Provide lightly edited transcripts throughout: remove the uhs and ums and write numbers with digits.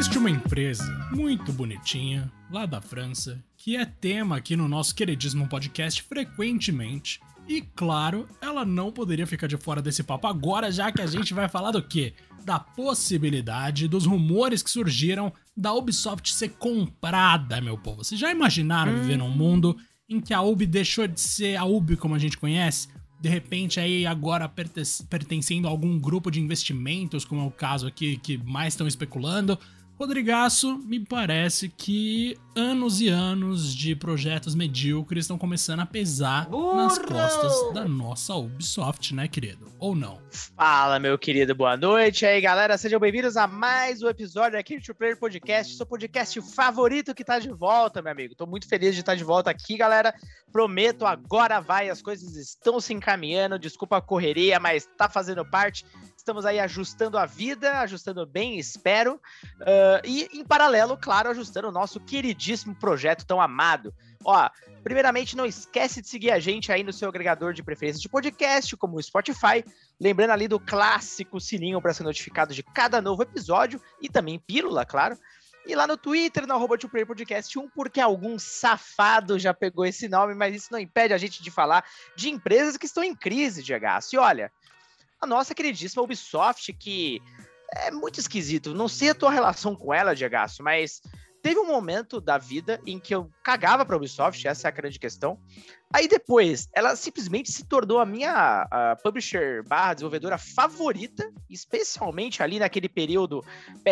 Existe uma empresa muito bonitinha, lá da França, que é tema aqui no nosso queridíssimo podcast frequentemente. E claro, ela não poderia ficar de fora desse papo agora, já que a gente vai falar do quê? Da possibilidade, dos rumores que surgiram da Ubisoft ser comprada, meu povo. Vocês já imaginaram viver num mundo em que a Ubi deixou de ser a Ubi como a gente conhece? De repente aí agora pertencendo a algum grupo de investimentos, como é o caso aqui que mais estão especulando. Rodrigaço, me parece que anos e anos de projetos medíocres estão começando a pesar nas costas da nossa Ubisoft, né, querido? Ou não? Fala, meu querido, boa noite. E aí, galera, sejam bem-vindos a mais um episódio aqui do Two Player Podcast, seu podcast favorito que tá de volta, meu amigo. Tô muito feliz de estar de volta aqui, galera. Prometo, agora vai, as coisas estão se encaminhando, desculpa a correria, mas tá fazendo parte. Estamos aí ajustando a vida, ajustando bem, espero. E, em paralelo, claro, ajustando o nosso queridíssimo projeto tão amado. Ó, primeiramente, não esquece de seguir a gente aí no seu agregador de preferência de podcast, como o Spotify. Lembrando ali do clássico sininho para ser notificado de cada novo episódio. E também pílula, claro. E lá no Twitter, no @2playerpodcast1, porque algum safado já pegou esse nome, mas isso não impede a gente de falar de empresas que estão em crise, Diego. E olha, a nossa queridíssima Ubisoft, que é muito esquisito. Não sei a tua relação com ela, Diego, mas teve um momento da vida em que eu cagava pra Ubisoft, essa é a grande questão. Aí depois, ela simplesmente se tornou a minha publisher / desenvolvedora favorita, especialmente ali naquele período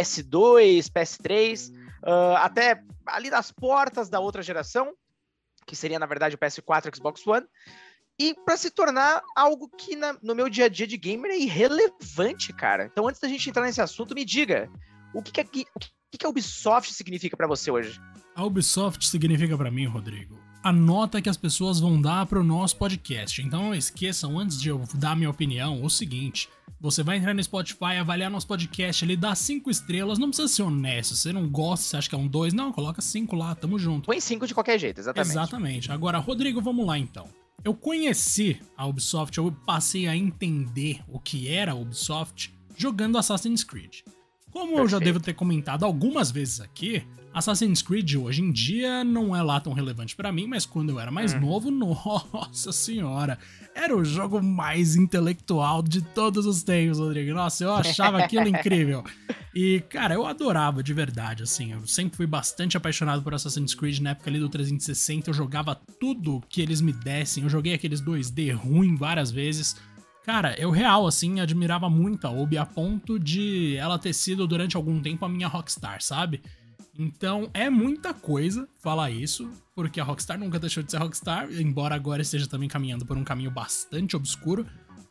PS2, PS3, até ali nas portas da outra geração, que seria, na verdade, o PS4 e o Xbox One. E para se tornar algo que no meu dia a dia de gamer é irrelevante, cara. Então, antes da gente entrar nesse assunto, me diga, o que a Ubisoft significa para você hoje? A Ubisoft significa para mim, Rodrigo, a nota que as pessoas vão dar pro nosso podcast. Então não esqueçam, antes de eu dar minha opinião, o seguinte: você vai entrar no Spotify, avaliar nosso podcast, ele dá 5 estrelas, não precisa ser honesto, se você não gosta, você acha que é um 2, não, coloca 5 lá, tamo junto. Põe 5 de qualquer jeito, exatamente. Exatamente. Agora, Rodrigo, vamos lá então. Eu conheci a Ubisoft, eu passei a entender o que era a Ubisoft jogando Assassin's Creed. Como eu já devo ter comentado algumas vezes aqui, Assassin's Creed hoje em dia não é lá tão relevante pra mim, mas quando eu era mais novo, nossa senhora, era o jogo mais intelectual de todos os tempos, Rodrigo. Nossa, eu achava aquilo incrível. E, cara, eu adorava de verdade, assim, eu sempre fui bastante apaixonado por Assassin's Creed. Na época ali do 360, eu jogava tudo que eles me dessem, eu joguei aqueles 2D ruim várias vezes. Cara, eu real, assim, admirava muito a Ubi a ponto de ela ter sido durante algum tempo a minha Rockstar, sabe? Então é muita coisa falar isso, porque a Rockstar nunca deixou de ser Rockstar, embora agora esteja também caminhando por um caminho bastante obscuro.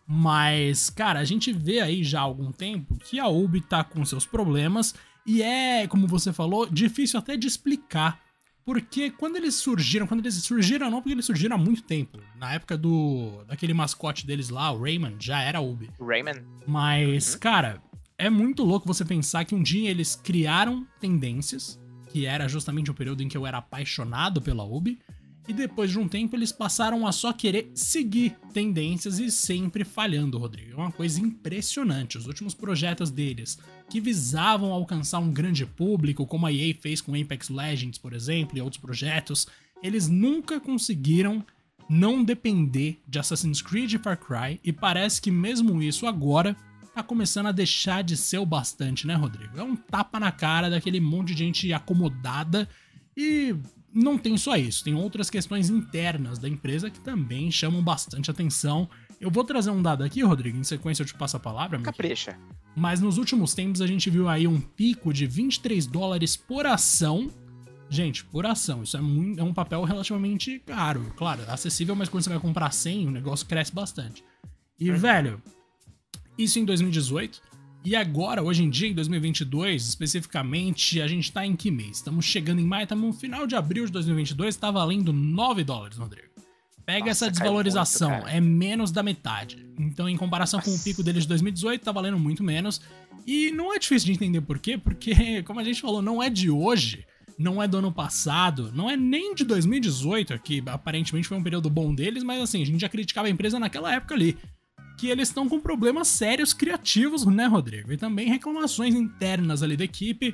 Mas, cara, a gente vê aí já há algum tempo que a Ubi tá com seus problemas e é, como você falou, difícil até de explicar. Porque quando eles surgiram não, porque eles surgiram há muito tempo. Na época daquele mascote deles lá, o Rayman, já era Ubi. Rayman. Mas, cara, é muito louco você pensar que um dia eles criaram tendências, que era justamente o período em que eu era apaixonado pela Ubi, e depois de um tempo eles passaram a só querer seguir tendências e sempre falhando, Rodrigo. É uma coisa impressionante. Os últimos projetos deles, que visavam alcançar um grande público, como a EA fez com Apex Legends, por exemplo, e outros projetos, eles nunca conseguiram não depender de Assassin's Creed e Far Cry, e parece que mesmo isso agora tá começando a deixar de ser o bastante, né, Rodrigo? É um tapa na cara daquele monte de gente acomodada e não tem só isso, tem outras questões internas da empresa que também chamam bastante atenção. Eu vou trazer um dado aqui, Rodrigo, em sequência eu te passo a palavra. Capricha. Mas nos últimos tempos a gente viu aí um pico de $23 por ação. Gente, por ação, isso é um papel relativamente caro. Claro, acessível, mas quando você vai comprar 100, o negócio cresce bastante. E, velho, isso em 2018... E agora, hoje em dia, em 2022, especificamente, a gente tá em que mês? Estamos chegando em maio, estamos no final de abril de 2022, tá valendo $9, Rodrigo. Pega essa desvalorização, muito, é menos da metade. Então, em comparação com o pico deles de 2018, tá valendo muito menos. E não é difícil de entender por quê, porque, como a gente falou, não é de hoje, não é do ano passado, não é nem de 2018, que aparentemente foi um período bom deles, mas assim, a gente já criticava a empresa naquela época ali. Que eles estão com problemas sérios criativos, né, Rodrigo? E também reclamações internas ali da equipe.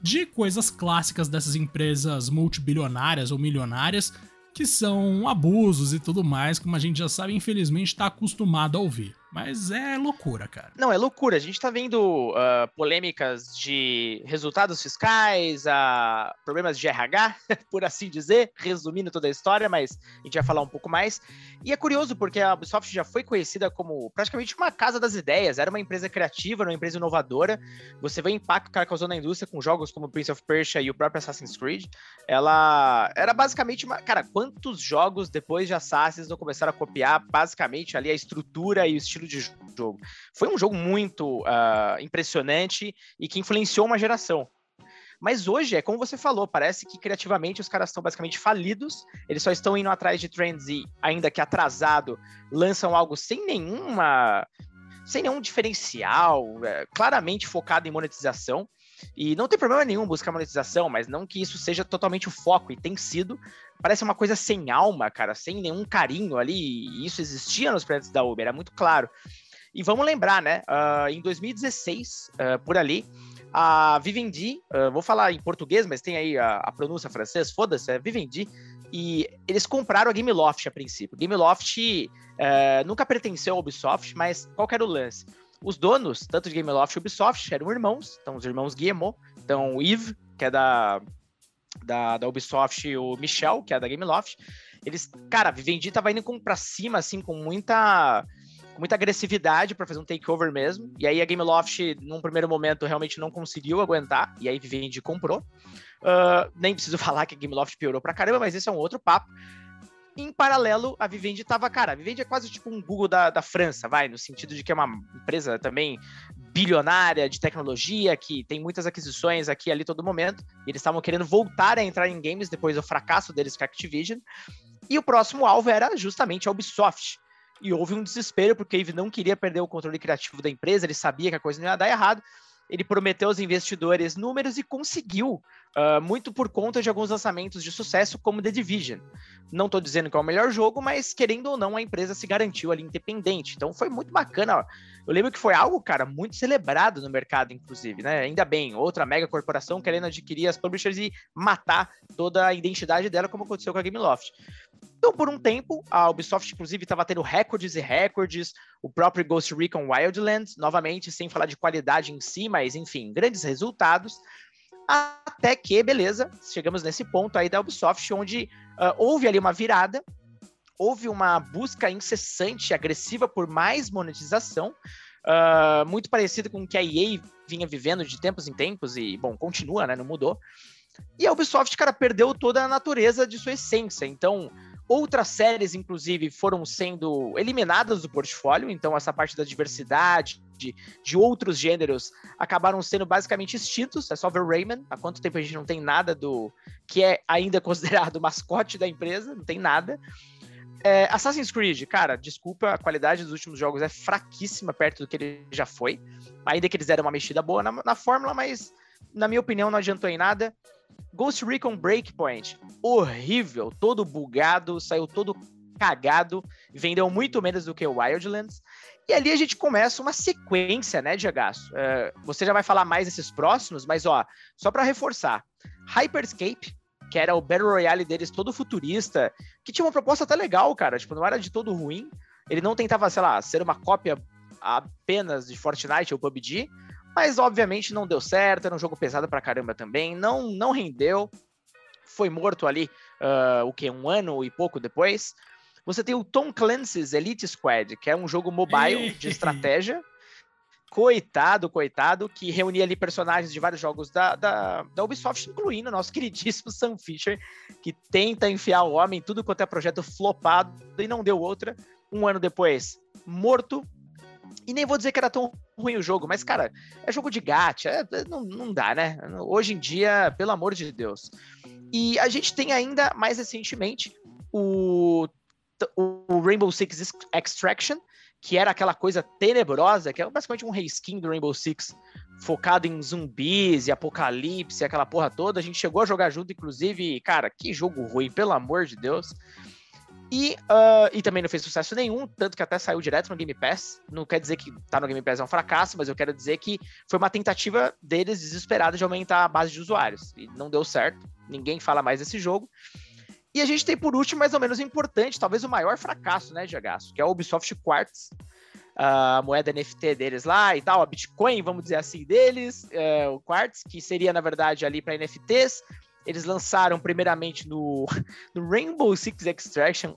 de coisas clássicas dessas empresas multibilionárias ou milionárias, que são abusos e tudo mais, como a gente já sabe, infelizmente tá acostumado a ouvir. Mas é loucura, cara. Não, é loucura. A gente tá vendo polêmicas de resultados fiscais, problemas de RH, por assim dizer, resumindo toda a história, mas a gente vai falar um pouco mais. E é curioso, porque a Ubisoft já foi conhecida como praticamente uma casa das ideias. Era uma empresa criativa, uma empresa inovadora. Você vê o impacto que ela causou na indústria com jogos como Prince of Persia e o próprio Assassin's Creed. Ela era basicamente uma... Cara, quantos jogos depois de Assassin's não começaram a copiar basicamente ali a estrutura e o estilo de jogo? Foi um jogo muito impressionante e que influenciou uma geração. Mas hoje, é como você falou, parece que criativamente os caras estão basicamente falidos, eles só estão indo atrás de trends e, ainda que atrasado, lançam algo sem nenhum diferencial, claramente focado em monetização. E não tem problema nenhum buscar monetização, mas não que isso seja totalmente o foco, e tem sido. Parece uma coisa sem alma, cara, sem nenhum carinho ali, e isso existia nos projetos da Uber, era muito claro. E vamos lembrar, né, em 2016, por ali, a Vivendi, vou falar em português, mas tem aí a pronúncia francesa, foda-se, é Vivendi, e eles compraram a Gameloft a princípio. Gameloft nunca pertenceu à Ubisoft, mas qual que era o lance? Os donos, tanto de Gameloft e Ubisoft, eram irmãos, então os irmãos Guillemot, então o Yves, que é da Ubisoft, e o Michel, que é da Gameloft, eles, cara, a Vivendi tava indo pra cima, assim, com muita agressividade para fazer um takeover mesmo, e aí a Gameloft, num primeiro momento, realmente não conseguiu aguentar, e aí a Vivendi comprou. Nem preciso falar que a Gameloft piorou pra caramba, mas esse é um outro papo. Em paralelo, a Vivendi tava, cara, a Vivendi é quase tipo um Google da França, no sentido de que é uma empresa também bilionária de tecnologia, que tem muitas aquisições aqui e ali todo momento, e eles estavam querendo voltar a entrar em games depois do fracasso deles com a Activision, e o próximo alvo era justamente a Ubisoft. E houve um desespero, porque o Yves não queria perder o controle criativo da empresa, ele sabia que a coisa não ia dar errado, ele prometeu aos investidores números e conseguiu, muito por conta de alguns lançamentos de sucesso, como The Division. Não estou dizendo que é o melhor jogo, mas querendo ou não, a empresa se garantiu ali independente. Então foi muito bacana. Ó. Eu lembro que foi algo, cara, muito celebrado no mercado, inclusive, né? Ainda bem, outra mega corporação querendo adquirir as publishers e matar toda a identidade dela, como aconteceu com a Gameloft. Então, por um tempo, a Ubisoft, inclusive, estava tendo recordes e recordes, o próprio Ghost Recon Wildlands, novamente, sem falar de qualidade em si, mas, enfim, grandes resultados, até que, beleza, chegamos nesse ponto aí da Ubisoft, onde houve ali uma virada, houve uma busca incessante, agressiva por mais monetização, muito parecido com o que a EA vinha vivendo de tempos em tempos, e, bom, continua, né, não mudou. E a Ubisoft, cara, perdeu toda a natureza de sua essência, então... Outras séries, inclusive, foram sendo eliminadas do portfólio, então essa parte da diversidade, de outros gêneros, acabaram sendo basicamente extintos. É só ver Rayman, há quanto tempo a gente não tem nada do que é ainda considerado o mascote da empresa, não tem nada. Assassin's Creed, cara, desculpa, a qualidade dos últimos jogos é fraquíssima perto do que ele já foi, ainda que eles deram uma mexida boa na fórmula, mas, na minha opinião, não adiantou em nada. Ghost Recon Breakpoint, horrível, todo bugado, saiu todo cagado, vendeu muito menos do que o Wildlands, e ali a gente começa uma sequência, né, Diagaço? Você já vai falar mais desses próximos, mas ó, só pra reforçar, Hyperscape, que era o Battle Royale deles todo futurista, que tinha uma proposta até legal, cara, tipo, não era de todo ruim, ele não tentava, sei lá, ser uma cópia apenas de Fortnite ou PUBG, mas obviamente não deu certo, era um jogo pesado pra caramba também, não rendeu, foi morto ali, um ano e pouco depois. Você tem o Tom Clancy's Elite Squad, que é um jogo mobile de estratégia, coitado, que reunia ali personagens de vários jogos da Ubisoft, incluindo o nosso queridíssimo Sam Fisher, que tenta enfiar o homem em tudo quanto é projeto flopado e não deu outra. Um ano depois, morto. E nem vou dizer que era tão ruim o jogo, mas, cara, é jogo de gacha, não dá, né? Hoje em dia, pelo amor de Deus. E a gente tem ainda, mais recentemente, o Rainbow Six Extraction, que era aquela coisa tenebrosa, que é basicamente um reskin do Rainbow Six, focado em zumbis e apocalipse, aquela porra toda. A gente chegou a jogar junto, inclusive, e, cara, que jogo ruim, pelo amor de Deus. E também não fez sucesso nenhum, tanto que até saiu direto no Game Pass. Não quer dizer que tá no Game Pass é um fracasso, mas eu quero dizer que foi uma tentativa deles desesperada de aumentar a base de usuários. E não deu certo, ninguém fala mais desse jogo. E a gente tem, por último, mais ou menos importante, talvez o maior fracasso, né, Jagaço, que é o Ubisoft Quartz, a moeda NFT deles lá e tal, a Bitcoin, vamos dizer assim, deles, o Quartz, que seria, na verdade, ali para NFTs. Eles lançaram primeiramente no Rainbow Six Extraction,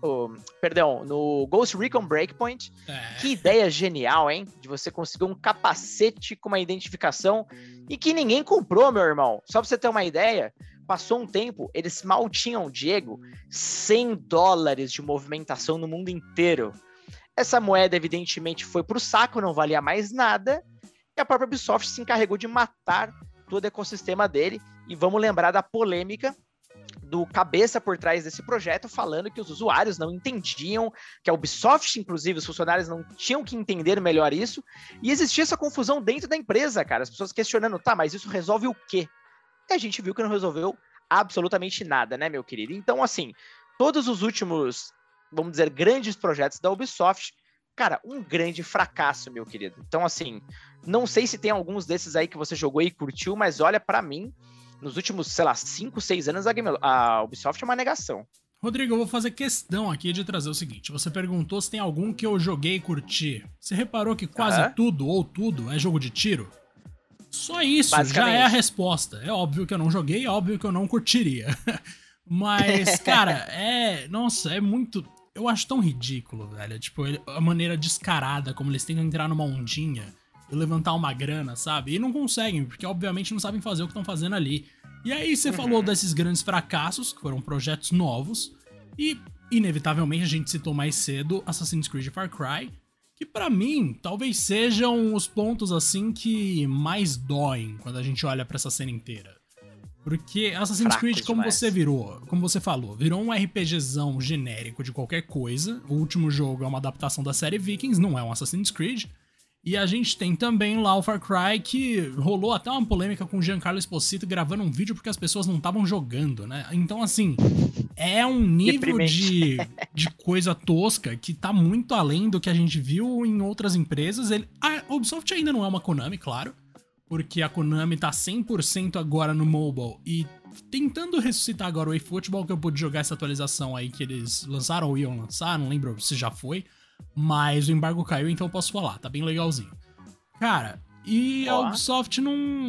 no Ghost Recon Breakpoint. Que ideia genial, hein? De você conseguir um capacete com uma identificação e que ninguém comprou, meu irmão. Só pra você ter uma ideia, passou um tempo, eles mal tinham, Diego, $100 de movimentação no mundo inteiro. Essa moeda, evidentemente, foi pro saco, não valia mais nada, e a própria Ubisoft se encarregou de matar todo o ecossistema dele. E vamos lembrar da polêmica do cabeça por trás desse projeto, falando que os usuários não entendiam, que a Ubisoft, inclusive, os funcionários não tinham que entender melhor isso, e existia essa confusão dentro da empresa, cara, as pessoas questionando, tá, mas isso resolve o quê? E a gente viu que não resolveu absolutamente nada, né, meu querido? Então, assim, todos os últimos, vamos dizer, grandes projetos da Ubisoft, cara, um grande fracasso, meu querido. Então, assim, não sei se tem alguns desses aí que você jogou e curtiu, mas olha, pra mim, nos últimos, sei lá, 5, 6 anos, a Ubisoft é uma negação. Rodrigo, eu vou fazer questão aqui de trazer o seguinte. Você perguntou se tem algum que eu joguei e curti. Você reparou que quase tudo, ou tudo, é jogo de tiro? Só isso já é a resposta. É óbvio que eu não joguei, é óbvio que eu não curtiria. Mas, cara, nossa, é muito... Eu acho tão ridículo, velho. Tipo, a maneira descarada como eles tentam entrar numa ondinha e levantar uma grana, sabe? E não conseguem, porque obviamente não sabem fazer o que estão fazendo ali. E aí você falou desses grandes fracassos, que foram projetos novos, e inevitavelmente a gente citou mais cedo Assassin's Creed e Far Cry, que pra mim talvez sejam os pontos assim que mais doem quando a gente olha pra essa cena inteira. Porque Assassin's Creed, como você falou, virou um RPGzão genérico de qualquer coisa. O último jogo é uma adaptação da série Vikings, não é um Assassin's Creed. E a gente tem também lá o Far Cry, que rolou até uma polêmica com o Giancarlo Esposito gravando um vídeo porque as pessoas não estavam jogando, né? Então, assim, é um nível de coisa tosca que tá muito além do que a gente viu em outras empresas. A Ubisoft ainda não é uma Konami, claro, porque a Konami tá 100% agora no mobile e tentando ressuscitar agora o eFootball, que eu pude jogar essa atualização aí que eles lançaram ou iam lançar, não lembro se já foi. Mas o embargo caiu, então eu posso falar, tá bem legalzinho. Cara, e a Ubisoft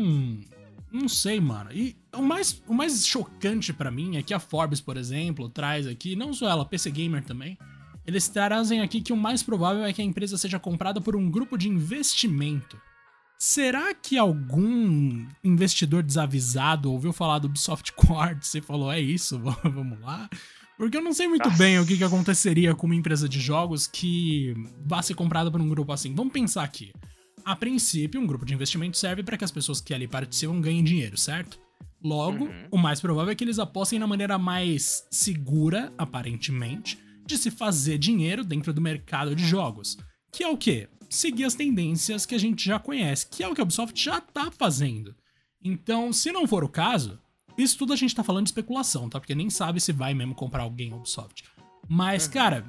não sei, mano. E o mais chocante pra mim é que a Forbes, por exemplo, traz aqui, não só ela, PC Gamer também, eles trazem aqui que o mais provável é que a empresa seja comprada por um grupo de investimento. Será que algum investidor desavisado ouviu falar do Ubisoft Quartz e falou, é isso, vamos lá? Porque eu não sei muito bem o que aconteceria com uma empresa de jogos que vá ser comprada por um grupo assim. Vamos pensar aqui. A princípio, um grupo de investimento serve para que as pessoas que ali participam ganhem dinheiro, certo? Logo, o mais provável é que eles apostem na maneira mais segura, aparentemente, de se fazer dinheiro dentro do mercado de jogos. Que é o quê? Seguir as tendências que a gente já conhece, que é o que a Ubisoft já tá fazendo. Então, se não for o caso... Isso tudo a gente tá falando de especulação, tá? Porque nem sabe se vai mesmo comprar alguém Ubisoft. Mas, cara,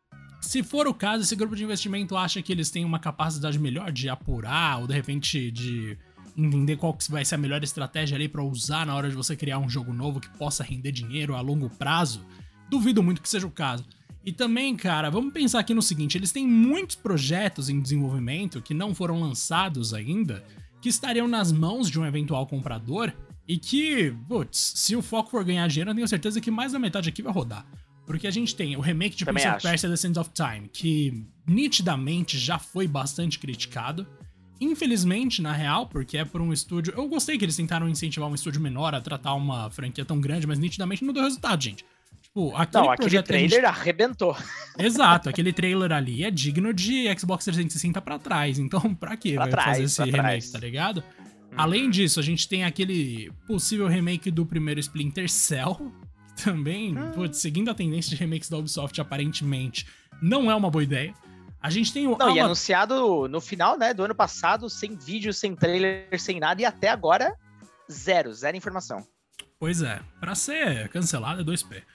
se for o caso, esse grupo de investimento acha que eles têm uma capacidade melhor de apurar ou, de repente, de entender qual que vai ser a melhor estratégia ali pra usar na hora de você criar um jogo novo que possa render dinheiro a longo prazo, duvido muito que seja o caso. E também, cara, vamos pensar aqui no seguinte, eles têm muitos projetos em desenvolvimento que não foram lançados ainda, que estariam nas mãos de um eventual comprador. E que, putz, se o foco for ganhar dinheiro, eu tenho certeza que mais da metade aqui vai rodar. Porque a gente tem o remake de Prince of Persia: The Sands of Time, que nitidamente já foi bastante criticado. Infelizmente, na real, porque é por um estúdio... Eu gostei que eles tentaram incentivar um estúdio menor a tratar uma franquia tão grande, mas nitidamente não deu resultado, gente. Tipo, aquele trailer arrebentou. Exato, aquele trailer ali é digno de Xbox 360 pra trás. Então, pra quê vai fazer esse remake, tá ligado? Além disso, a gente tem aquele possível remake do primeiro Splinter Cell, que também, seguindo a tendência de remakes da Ubisoft, aparentemente, não é uma boa ideia. A gente tem o... Não, e anunciado no final, né, do ano passado, sem vídeo, sem trailer, sem nada, e até agora, zero informação. Pois é, pra ser cancelado é 2P.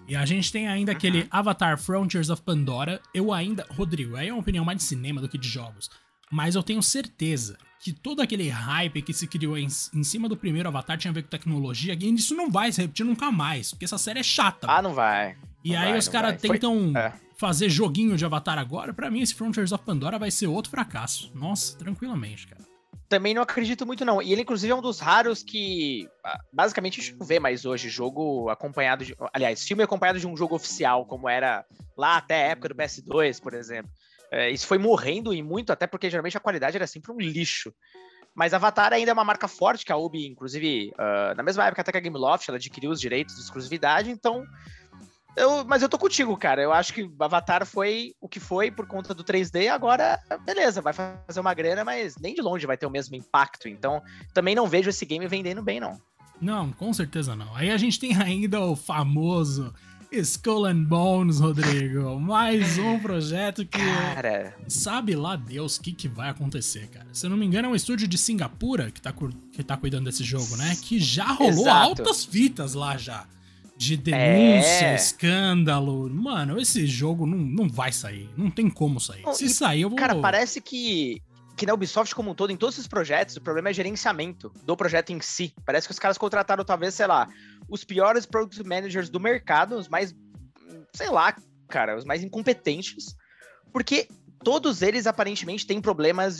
E a gente tem ainda aquele Avatar Frontiers of Pandora. Rodrigo, aí é uma opinião mais de cinema do que de jogos. Mas eu tenho certeza que todo aquele hype que se criou em cima do primeiro Avatar tinha a ver com tecnologia. E isso não vai se repetir nunca mais, porque essa série é chata. Não vai. E aí os caras tentam fazer joguinho de Avatar agora. Pra mim, esse Frontiers of Pandora vai ser outro fracasso. Nossa, tranquilamente, cara. Também não acredito muito, não. E ele, inclusive, é um dos raros que, basicamente, a gente não vê mais hoje jogo acompanhado de... Aliás, filme acompanhado de um jogo oficial, como era lá até a época do PS2, por exemplo. Isso foi morrendo e muito, até porque, geralmente, a qualidade era sempre um lixo. Mas Avatar ainda é uma marca forte, que a Ubi, inclusive, na mesma época até que a Gameloft, ela adquiriu os direitos de exclusividade, então... Mas eu tô contigo, cara. Eu acho que Avatar foi o que foi por conta do 3D. Agora, beleza, vai fazer uma grana, mas nem de longe vai ter o mesmo impacto. Então, também não vejo esse game vendendo bem, não. Não, com certeza não. Aí a gente tem ainda o famoso Skull and Bones, Rodrigo. Mais um projeto que... Cara... Sabe lá Deus o que vai acontecer, cara. Se eu não me engano, é um estúdio de Singapura que tá cuidando desse jogo, né? Que já rolou altas fitas lá já. De denúncia, escândalo. Mano, esse jogo não vai sair. Não tem como sair. Se sair, eu vou... Cara, parece que na Ubisoft como um todo, em todos esses projetos, o problema é gerenciamento do projeto em si. Parece que os caras contrataram, talvez, sei lá, os piores product managers do mercado, os mais, sei lá, cara, os mais incompetentes. Porque todos eles, aparentemente, têm problemas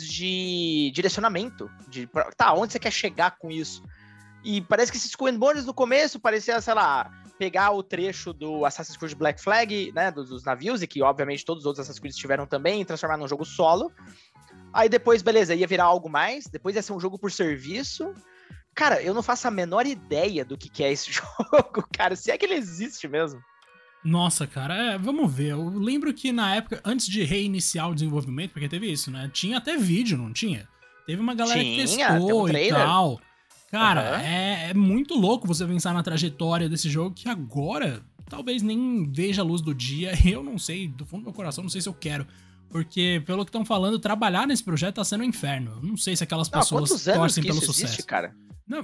de direcionamento. Onde você quer chegar com isso? E parece que esses Skull and Bones no começo parecia, sei lá... pegar o trecho do Assassin's Creed Black Flag, né, dos navios, e que obviamente todos os outros Assassin's Creed tiveram também, e transformar num jogo solo. Aí depois, beleza, ia virar algo mais, depois ia ser um jogo por serviço. Cara, eu não faço a menor ideia do que é esse jogo, cara, se é que ele existe mesmo. Nossa, cara, vamos ver. Eu lembro que na época, antes de reiniciar o desenvolvimento, porque teve isso, né, tinha até vídeo, não tinha? Teve uma galera que testou e tal... Cara, é muito louco você pensar na trajetória desse jogo que agora talvez nem veja a luz do dia. Eu não sei, do fundo do meu coração, não sei se eu quero. Porque, pelo que estão falando, trabalhar nesse projeto tá sendo um inferno. Eu não sei se aquelas pessoas torcem pelo sucesso. Existe, cara?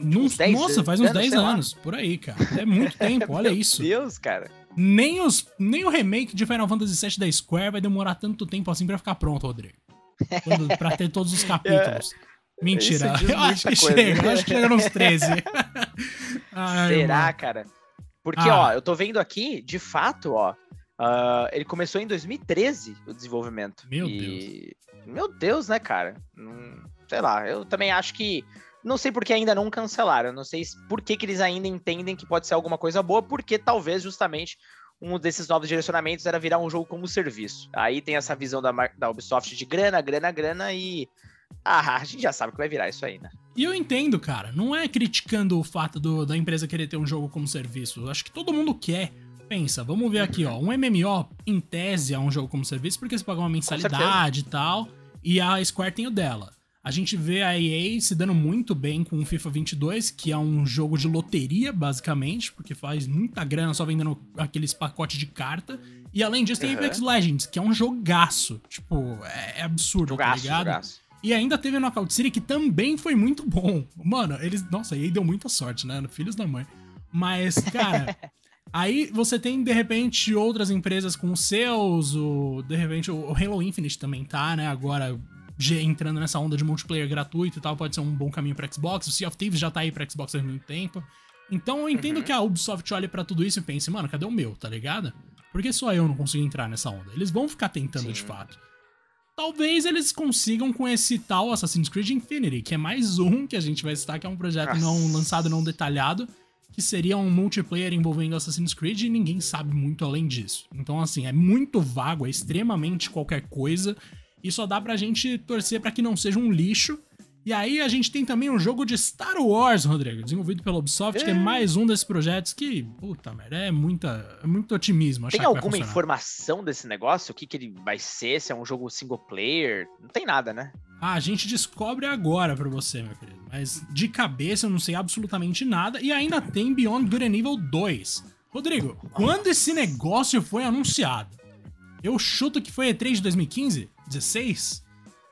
Nossa, faz uns 10 anos, por aí, cara. É muito tempo, olha isso. Meu Deus, cara. Nem o remake de Final Fantasy VII da Square vai demorar tanto tempo assim pra ficar pronto, Rodrigo. Pra ter todos os capítulos. Mentira, eu acho que chega nos 13. Ai, será, mano, cara? Porque, eu tô vendo aqui, de fato, ele começou em 2013, o desenvolvimento. Meu Deus, né, cara? Sei lá, eu também acho que... Não sei por que ainda não cancelaram, não sei por que eles ainda entendem que pode ser alguma coisa boa, porque talvez, justamente, um desses novos direcionamentos era virar um jogo como serviço. Aí tem essa visão da Ubisoft de grana e... a gente já sabe que vai virar isso aí, né? E eu entendo, cara. Não é criticando o fato da empresa querer ter um jogo como serviço. Eu acho que todo mundo quer. Pensa, vamos ver aqui, ó. Um MMO, em tese, é um jogo como serviço porque você paga uma mensalidade e tal. E a Square tem o dela. A gente vê a EA se dando muito bem com o FIFA 22, que é um jogo de loteria, basicamente, porque faz muita grana só vendendo aqueles pacotes de carta. E além disso tem Apex Legends, que é um jogaço. Tipo, é absurdo, tá ligado? Jogaço. E ainda teve o Knockout City, que também foi muito bom. Mano, nossa, aí deu muita sorte, né? Filhos da mãe. Mas, cara, aí você tem, de repente, outras empresas com os seus, de repente, o Halo Infinite também tá, né? Agora, entrando nessa onda de multiplayer gratuito e tal, pode ser um bom caminho pra Xbox. O Sea of Thieves já tá aí pra Xbox há muito tempo. Então eu entendo que a Ubisoft olhe pra tudo isso e pense, mano, cadê o meu, tá ligado? Por que só eu não consigo entrar nessa onda? Eles vão ficar tentando, de fato. Talvez eles consigam com esse tal Assassin's Creed Infinity, que é mais um que a gente vai citar, que é um projeto não lançado, não detalhado, que seria um multiplayer envolvendo Assassin's Creed e ninguém sabe muito além disso. Então, assim, é muito vago, é extremamente qualquer coisa, e só dá pra gente torcer pra que não seja um lixo. E aí a gente tem também um jogo de Star Wars, Rodrigo, desenvolvido pela Ubisoft, que é mais um desses projetos que, puta merda, é muito otimismo. Tem alguma informação desse negócio? O que ele vai ser? Se é um jogo single player? Não tem nada, né? A gente descobre agora pra você, meu querido. Mas de cabeça eu não sei absolutamente nada. E ainda tem Beyond Good and Evil 2. Rodrigo, quando esse negócio foi anunciado? Eu chuto que foi E3 de 2015? 16?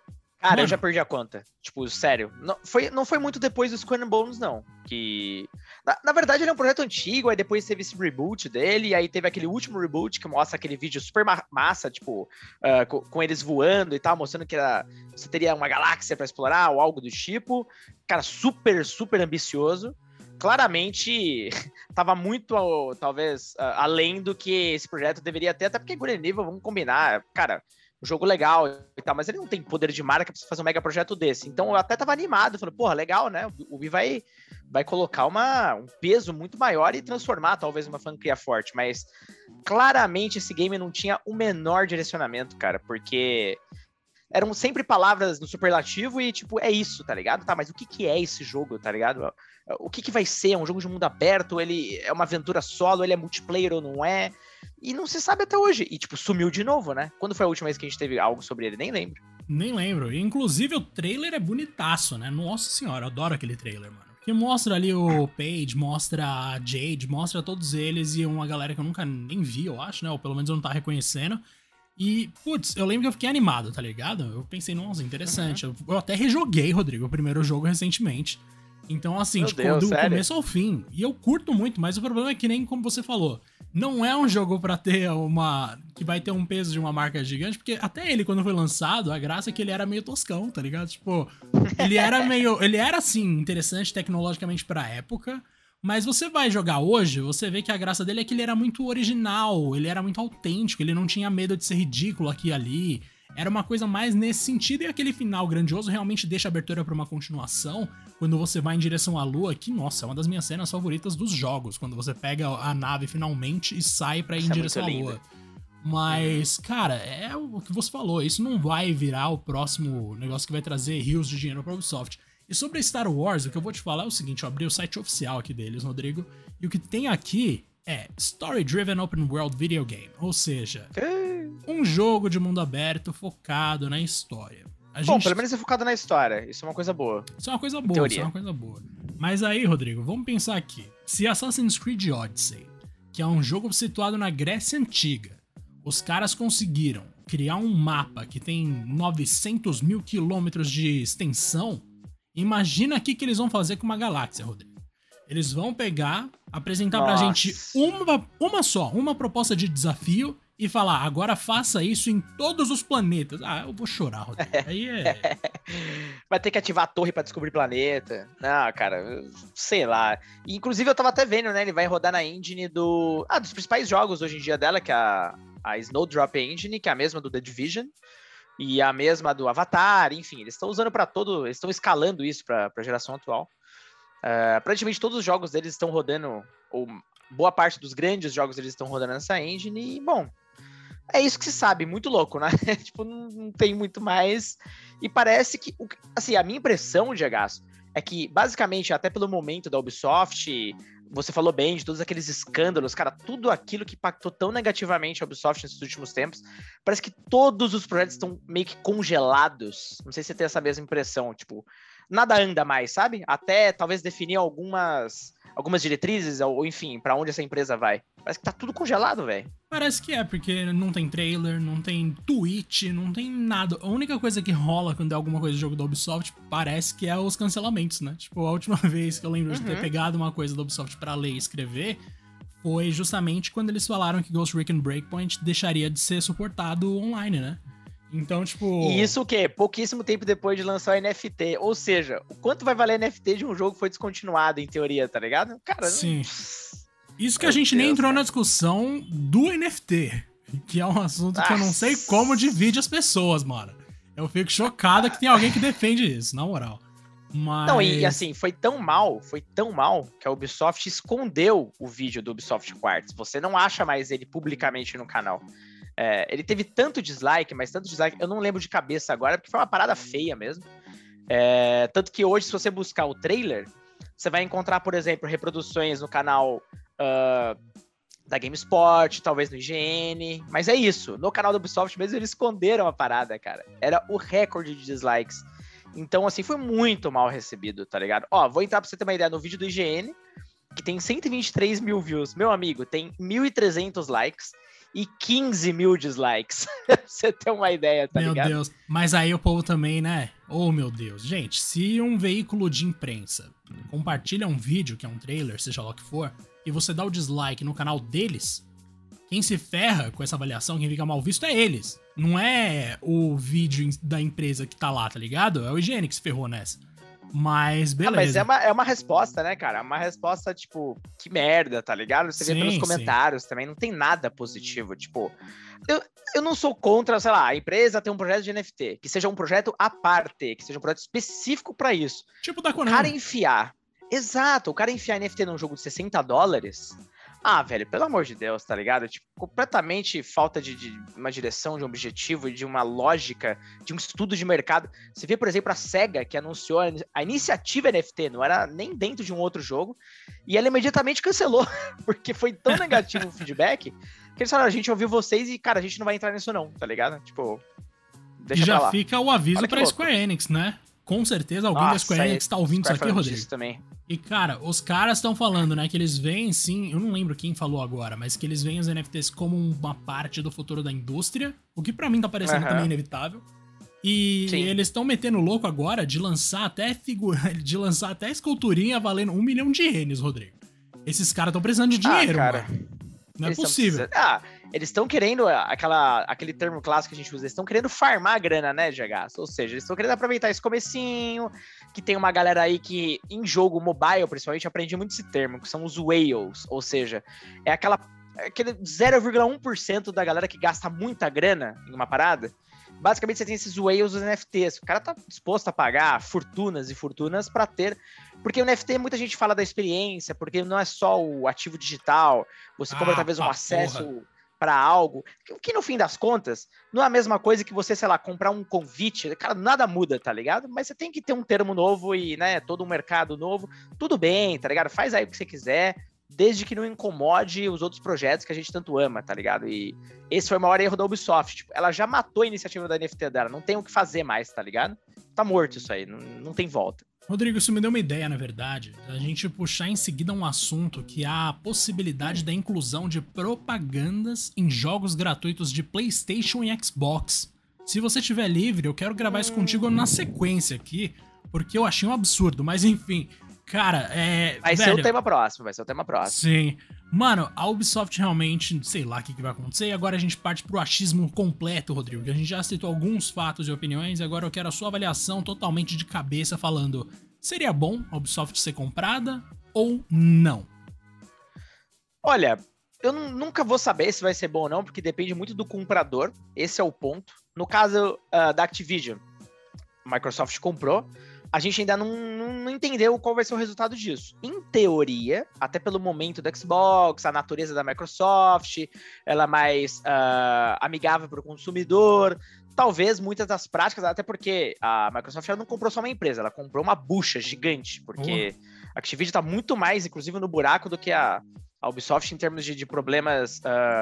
Cara, eu já perdi a conta. Tipo, sério. Não foi muito depois do Skull and Bones, não. Que... Na verdade, ele é um projeto antigo, aí depois teve esse reboot dele, e aí teve aquele último reboot que mostra aquele vídeo super massa, tipo, com eles voando e tal, mostrando que você teria uma galáxia pra explorar ou algo do tipo. Cara, super, super ambicioso. Claramente, tava muito, talvez, além do que esse projeto deveria ter, até porque Good and Evil, vamos combinar, cara... jogo legal e tal, mas ele não tem poder de marca pra fazer um mega projeto desse. Então eu até tava animado, falei, porra, legal, né? O Ubi vai colocar um peso muito maior e transformar talvez uma franquia forte, mas claramente esse game não tinha o menor direcionamento, cara, porque eram sempre palavras no superlativo e tipo, é isso, tá ligado? Tá, mas o que é esse jogo, tá ligado? O que vai ser? É um jogo de mundo aberto? Ele é uma aventura solo? Ele é multiplayer ou não é? E não se sabe até hoje. E, tipo, sumiu de novo, né? Quando foi a última vez que a gente teve algo sobre ele? Nem lembro. Nem lembro. Inclusive, o trailer é bonitaço, né? Nossa senhora, eu adoro aquele trailer, mano. Que mostra ali o Paige, mostra a Jade, mostra todos eles e uma galera que eu nunca nem vi, eu acho, né? Ou pelo menos eu não tava reconhecendo. E, putz, eu lembro que eu fiquei animado, tá ligado? Eu pensei, nossa, interessante. Uhum. Eu até rejoguei, Rodrigo, o primeiro jogo recentemente. Então, assim, Meu tipo, Deus, do sério? começo ao fim. E eu curto muito, mas o problema é que nem como você falou. Não é um jogo pra ter que vai ter um peso de uma marca gigante, porque até ele, quando foi lançado, a graça é que ele era meio toscão, tá ligado? Tipo, ele era, assim, interessante tecnologicamente pra época, mas você vai jogar hoje, você vê que a graça dele é que ele era muito original, ele era muito autêntico, ele não tinha medo de ser ridículo aqui e ali. Era uma coisa mais nesse sentido, e aquele final grandioso realmente deixa abertura pra uma continuação, quando você vai em direção à lua, que, nossa, é uma das minhas cenas favoritas dos jogos, quando você pega a nave finalmente e sai pra ir em direção à lua. Mas, cara, é o que você falou, isso não vai virar o próximo negócio que vai trazer rios de dinheiro pra Ubisoft. E sobre a Star Wars, o que eu vou te falar é o seguinte, eu abri o site oficial aqui deles, Rodrigo, e o que tem aqui é Story Driven Open World Video Game, ou seja, um jogo de mundo aberto focado na história. Bom, pelo menos é focado na história, isso é uma coisa boa. Isso é uma coisa boa, isso é uma coisa boa. Mas aí, Rodrigo, vamos pensar aqui. Se Assassin's Creed Odyssey, que é um jogo situado na Grécia Antiga, os caras conseguiram criar um mapa que tem 900 mil quilômetros de extensão, imagina aqui que eles vão fazer com uma galáxia, Rodrigo. Eles vão pegar, apresentar pra gente uma proposta de desafio e falar, agora faça isso em todos os planetas. Ah, eu vou chorar, Rodrigo. Aí é... Vai ter que ativar a torre pra descobrir planeta. Não, cara, sei lá. E, inclusive, eu tava até vendo, né? Ele vai rodar na engine dos principais jogos hoje em dia dela, que é a Snowdrop Engine, que é a mesma do The Division. E a mesma do Avatar, enfim. Eles estão usando pra eles estão escalando isso pra geração atual. Praticamente todos os jogos deles estão rodando, ou boa parte dos grandes jogos deles estão rodando nessa engine, e bom, é isso que se sabe, muito louco, né? Tipo, não tem muito mais, e parece que, assim, a minha impressão, Diego, é que, basicamente, até pelo momento da Ubisoft, você falou bem de todos aqueles escândalos, cara, tudo aquilo que impactou tão negativamente a Ubisoft nesses últimos tempos, parece que todos os projetos estão meio que congelados, não sei se você tem essa mesma impressão, tipo, nada anda mais, sabe? Até talvez definir algumas diretrizes, ou enfim, pra onde essa empresa vai. Parece que tá tudo congelado, velho. Parece que é, porque não tem trailer, não tem tweet, não tem nada. A única coisa que rola quando é alguma coisa de jogo da Ubisoft parece que é os cancelamentos, né? Tipo, a última vez que eu lembro de ter pegado uma coisa da Ubisoft pra ler e escrever foi justamente quando eles falaram que Ghost Recon Breakpoint deixaria de ser suportado online, né? Então, tipo... E isso o quê? Pouquíssimo tempo depois de lançar o NFT. Ou seja, o quanto vai valer NFT de um jogo que foi descontinuado, em teoria, tá ligado? Cara, sim. Isso que a gente nem entrou na discussão do NFT, que é um assunto que eu não sei como divide as pessoas, mano. Eu fico chocado que tem alguém que defende isso, na moral. Mas... Não, e assim, foi tão mal que a Ubisoft escondeu o vídeo do Ubisoft Quartz. Você não acha mais ele publicamente no canal. Ele teve tanto dislike, mas tanto dislike, eu não lembro de cabeça agora, porque foi uma parada feia mesmo. Tanto que hoje, se você buscar o trailer, você vai encontrar, por exemplo, reproduções no canal da GameSpot, talvez no IGN, mas é isso. No canal da Ubisoft mesmo, eles esconderam a parada, cara. Era o recorde de dislikes. Então, assim, foi muito mal recebido, tá ligado? Ó, vou entrar pra você ter uma ideia, no vídeo do IGN, que tem 123 mil views. Meu amigo, tem 1.300 likes. e 15 mil dislikes. Pra você ter uma ideia, tá ligado? Meu Deus. Mas aí o povo também, né? Oh, meu Deus. Gente, se um veículo de imprensa compartilha um vídeo, que é um trailer, seja lá o que for, e você dá o dislike no canal deles, quem se ferra com essa avaliação, quem fica mal visto é eles. Não é o vídeo da empresa que tá lá, tá ligado? É o IGN que se ferrou nessa. Mas beleza. Mas é uma resposta, né, cara? É uma resposta, tipo, que merda, tá ligado? Você vê pelos comentários também, não tem nada positivo. Tipo, eu não sou contra, sei lá, a empresa ter um projeto de NFT, que seja um projeto à parte, que seja um projeto específico pra isso. Tipo da Konami. O cara enfiar. Exato, o cara enfiar NFT num jogo de $60. Ah, velho, pelo amor de Deus, tá ligado? Tipo, completamente falta de uma direção, de um objetivo, de uma lógica, de um estudo de mercado. Você vê, por exemplo, a SEGA, que anunciou a iniciativa NFT, não era nem dentro de um outro jogo, e ela imediatamente cancelou, porque foi tão negativo o feedback, que eles falaram, a gente ouviu vocês e, cara, a gente não vai entrar nisso não, tá ligado? Tipo, deixa e já pra lá. Fica o aviso pra Square Enix, né? Com certeza alguém da Square Enix tá ouvindo isso aqui, Rodrigo. Também. E, cara, os caras estão falando, né, que eles veem, sim, eu não lembro quem falou agora, mas que eles veem os NFTs como uma parte do futuro da indústria, o que pra mim tá parecendo também inevitável. E eles estão metendo louco agora de lançar até esculturinha valendo 1 milhão de ienes, Rodrigo. Esses caras estão precisando de dinheiro, cara. Mano. Não é possível. Eles estão querendo aquele termo clássico que a gente usa, eles estão querendo farmar a grana, né, GH? Ou seja, eles estão querendo aproveitar esse comecinho, que tem uma galera aí que, em jogo mobile, principalmente, aprende muito esse termo, que são os whales, ou seja, é aquele 0,1% da galera que gasta muita grana em uma parada. Basicamente, você tem esses whales dos NFTs. O cara tá disposto a pagar fortunas e fortunas pra ter... Porque o NFT, muita gente fala da experiência, porque não é só o ativo digital, você compra talvez um acesso para algo, que no fim das contas, não é a mesma coisa que você, sei lá, comprar um convite, cara, nada muda, tá ligado? Mas você tem que ter um termo novo e, né, todo um mercado novo, tudo bem, tá ligado? Faz aí o que você quiser, desde que não incomode os outros projetos que a gente tanto ama, tá ligado? E esse foi o maior erro da Ubisoft, tipo, ela já matou a iniciativa da NFT dela, não tem o que fazer mais, tá ligado? Tá morto isso aí, não tem volta. Rodrigo, isso me deu uma ideia, na verdade, a gente puxar em seguida um assunto que há a possibilidade da inclusão de propagandas em jogos gratuitos de PlayStation e Xbox. Se você estiver livre, eu quero gravar isso contigo na sequência aqui, porque eu achei um absurdo, mas enfim, cara, Vai ser o tema próximo, Sim. Mano, a Ubisoft realmente, sei lá o que vai acontecer, e agora a gente parte pro achismo completo, Rodrigo, que a gente já citou alguns fatos e opiniões, e agora eu quero a sua avaliação totalmente de cabeça, falando, seria bom a Ubisoft ser comprada ou não? Olha, eu nunca vou saber se vai ser bom ou não, porque depende muito do comprador, esse é o ponto. No caso da Activision, a Microsoft comprou, a gente ainda não entendeu qual vai ser o resultado disso. Em teoria, até pelo momento do Xbox, a natureza da Microsoft, ela é mais amigável para o consumidor, talvez muitas das práticas, até porque a Microsoft ela não comprou só uma empresa, ela comprou uma bucha gigante, porque a Activision está muito mais, inclusive, no buraco do que a Ubisoft em termos de problemas...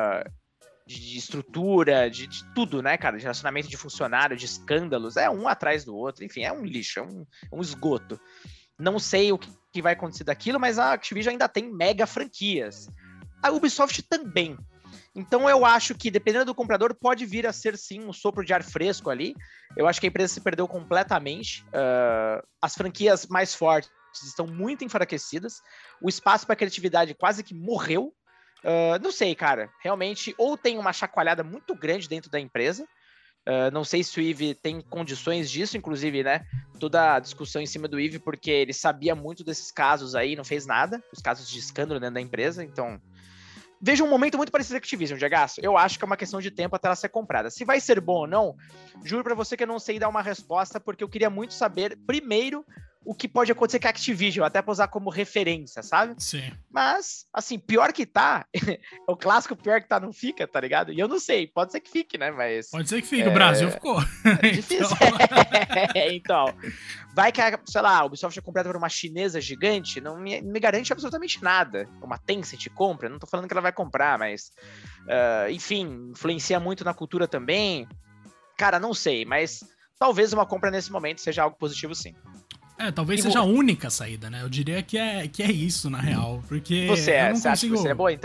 de estrutura, de tudo, né, cara? De relacionamento de funcionário, de escândalos, é um atrás do outro, enfim, é um lixo, é um esgoto. Não sei o que vai acontecer daquilo, mas a Activision ainda tem mega franquias. A Ubisoft também. Então eu acho que, dependendo do comprador, pode vir a ser, sim, um sopro de ar fresco ali. Eu acho que a empresa se perdeu completamente. As franquias mais fortes estão muito enfraquecidas. O espaço para criatividade quase que morreu. Não sei, cara. Realmente, ou tem uma chacoalhada muito grande dentro da empresa. Não sei se o Yves tem condições disso, inclusive, né? Toda a discussão em cima do Yves, porque ele sabia muito desses casos aí, não fez nada. Os casos de escândalo dentro da empresa, então... Vejo um momento muito parecido com a Activision, Diagaço. Eu acho que é uma questão de tempo até ela ser comprada. Se vai ser bom ou não, juro pra você que eu não sei dar uma resposta, porque eu queria muito saber, primeiro, o que pode acontecer com a Activision, até pra usar como referência, sabe? Sim. Mas, assim, pior que tá, é o clássico pior que tá não fica, tá ligado? E eu não sei, pode ser que fique, né? Mas... Pode ser que fique, o Brasil ficou. É difícil. Então, vai que, sei lá, a Ubisoft é comprada por uma chinesa gigante, não me garante absolutamente nada. Uma Tencent compra, não tô falando que ela vai comprar, mas... enfim, influencia muito na cultura também. Cara, não sei, mas talvez uma compra nesse momento seja algo positivo, sim. Talvez seja a única saída, né? Eu diria que é isso, na real, porque você eu não acha que você é boa, então?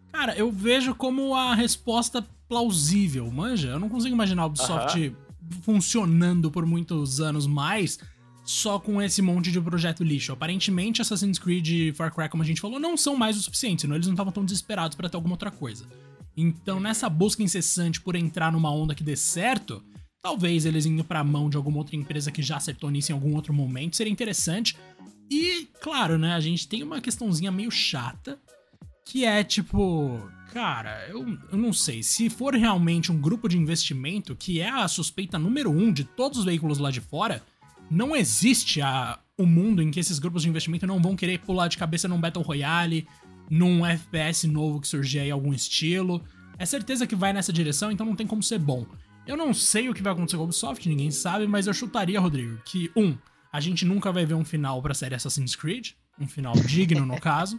Cara, eu vejo como a resposta plausível, manja? Eu não consigo imaginar a Ubisoft funcionando por muitos anos mais só com esse monte de projeto lixo. Aparentemente, Assassin's Creed e Far Cry, como a gente falou, não são mais o suficiente, senão eles não estavam tão desesperados pra ter alguma outra coisa. Então, nessa busca incessante por entrar numa onda que dê certo, talvez eles indo pra mão de alguma outra empresa que já acertou nisso em algum outro momento seria interessante. E, claro, né, a gente tem uma questãozinha meio chata, que é tipo, cara, eu não sei, se for realmente um grupo de investimento, que é a suspeita número 1 de todos os veículos lá de fora, não existe o mundo em que esses grupos de investimento não vão querer pular de cabeça num Battle Royale, num FPS novo que surgir aí algum estilo. É certeza que vai nessa direção, então não tem como ser bom. Eu não sei o que vai acontecer com a Ubisoft, ninguém sabe, mas eu chutaria, Rodrigo, que a gente nunca vai ver um final pra série Assassin's Creed, um final digno no caso.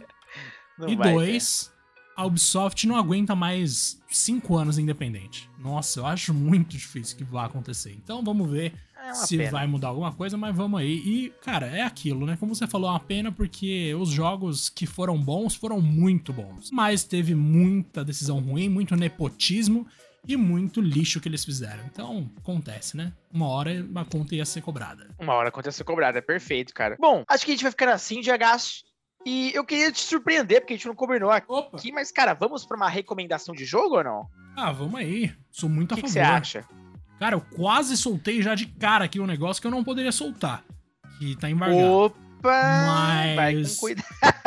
E 2, a Ubisoft não aguenta mais 5 anos independente. Nossa, eu acho muito difícil que vá acontecer. Então vamos ver se vai mudar alguma coisa, mas vamos aí. E, cara, é aquilo, né? Como você falou, é uma pena porque os jogos que foram bons foram muito bons. Mas teve muita decisão ruim, muito nepotismo e muito lixo que eles fizeram. Então, acontece, né? Uma hora a conta ia ser cobrada. Uma hora a conta ia ser cobrada, é perfeito, cara. Bom, acho que a gente vai ficar assim, Diagaço. E eu queria te surpreender, porque a gente não combinou aqui, mas, cara, vamos pra uma recomendação de jogo ou não? Ah, vamos aí. Sou muito a favor. O que você acha? Cara, eu quase soltei já de cara aqui um negócio que eu não poderia soltar. Que tá embargado. Opa! Mas vai com cuidado.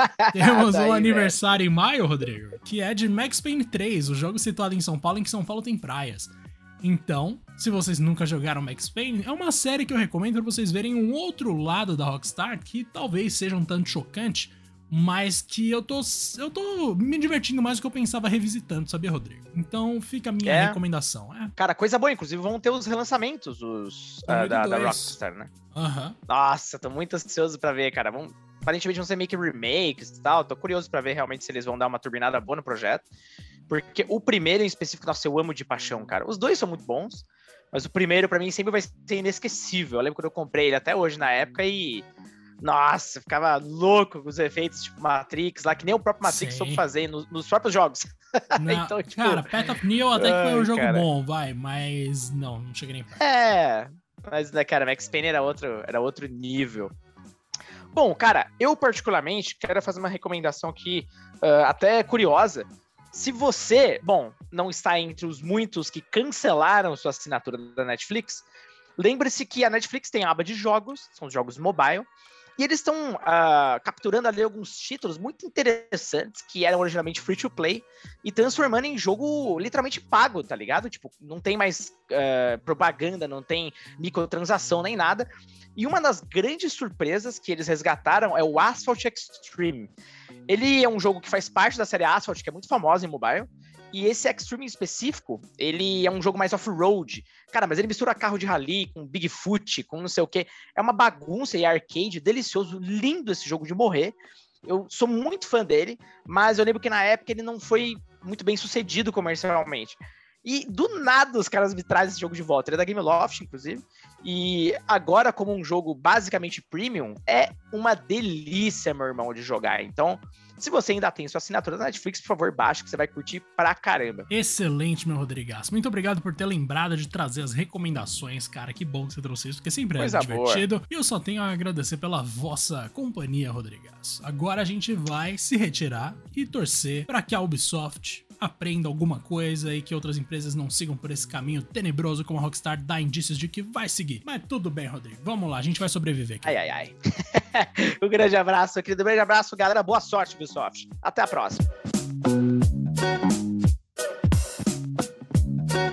Temos um aniversário em maio, Rodrigo, que é de Max Payne 3, o jogo situado em São Paulo, em que São Paulo tem praias. Então, se vocês nunca jogaram Max Payne, é uma série que eu recomendo pra vocês verem um outro lado da Rockstar, que talvez seja um tanto chocante, mas que eu tô me divertindo mais do que eu pensava revisitando, sabia, Rodrigo? Então fica a minha recomendação. Cara, coisa boa, inclusive vão ter os relançamentos da Rockstar, né? Nossa, tô muito ansioso pra ver, cara. Aparentemente vão ser meio que remakes e tal. Tô curioso pra ver realmente se eles vão dar uma turbinada boa no projeto. Porque o primeiro em específico, nossa, eu amo de paixão, cara. Os dois são muito bons, mas o primeiro pra mim sempre vai ser inesquecível. Eu lembro quando eu comprei ele até hoje na época e... Nossa, ficava louco com os efeitos tipo Matrix lá, que nem o próprio Matrix soube fazer nos próprios jogos. Então, tipo... Cara, Path of Neo até que foi um jogo bom, mas não cheguei nem perto. Mas, né, cara, Max Payne era outro nível. Bom, cara, eu particularmente quero fazer uma recomendação aqui, até curiosa. Se você, não está entre os muitos que cancelaram sua assinatura da Netflix, lembre-se que a Netflix tem a aba de jogos, são os jogos mobile, e eles estão capturando ali alguns títulos muito interessantes que eram originalmente free to play e transformando em jogo literalmente pago, tá ligado? Tipo, não tem mais propaganda, não tem microtransação nem nada. E uma das grandes surpresas que eles resgataram é o Asphalt Extreme. Ele é um jogo que faz parte da série Asphalt, que é muito famosa em mobile. E esse Extreme em específico, ele é um jogo mais off-road. Cara, mas ele mistura carro de rally com Bigfoot, com não sei o quê. É uma bagunça e arcade delicioso, lindo esse jogo de morrer. Eu sou muito fã dele, mas eu lembro que na época ele não foi muito bem sucedido comercialmente. E do nada os caras me trazem esse jogo de volta. Ele é da Gameloft, inclusive. E agora, como um jogo basicamente premium, é uma delícia, meu irmão, de jogar. Então, se você ainda tem sua assinatura da Netflix, por favor, baixe, que você vai curtir pra caramba. Excelente, meu Rodrigaço. Muito obrigado por ter lembrado de trazer as recomendações, cara. Que bom que você trouxe isso, porque sempre é divertido. E eu só tenho a agradecer pela vossa companhia, Rodrigaço. Agora a gente vai se retirar e torcer pra que a Ubisoft aprenda alguma coisa e que outras empresas não sigam por esse caminho tenebroso como a Rockstar dá indícios de que vai seguir. Mas tudo bem, Rodrigo. Vamos lá, a gente vai sobreviver aqui. Ai. Um grande abraço, querido. Um grande abraço, galera. Boa sorte, Ubisoft. Até a próxima.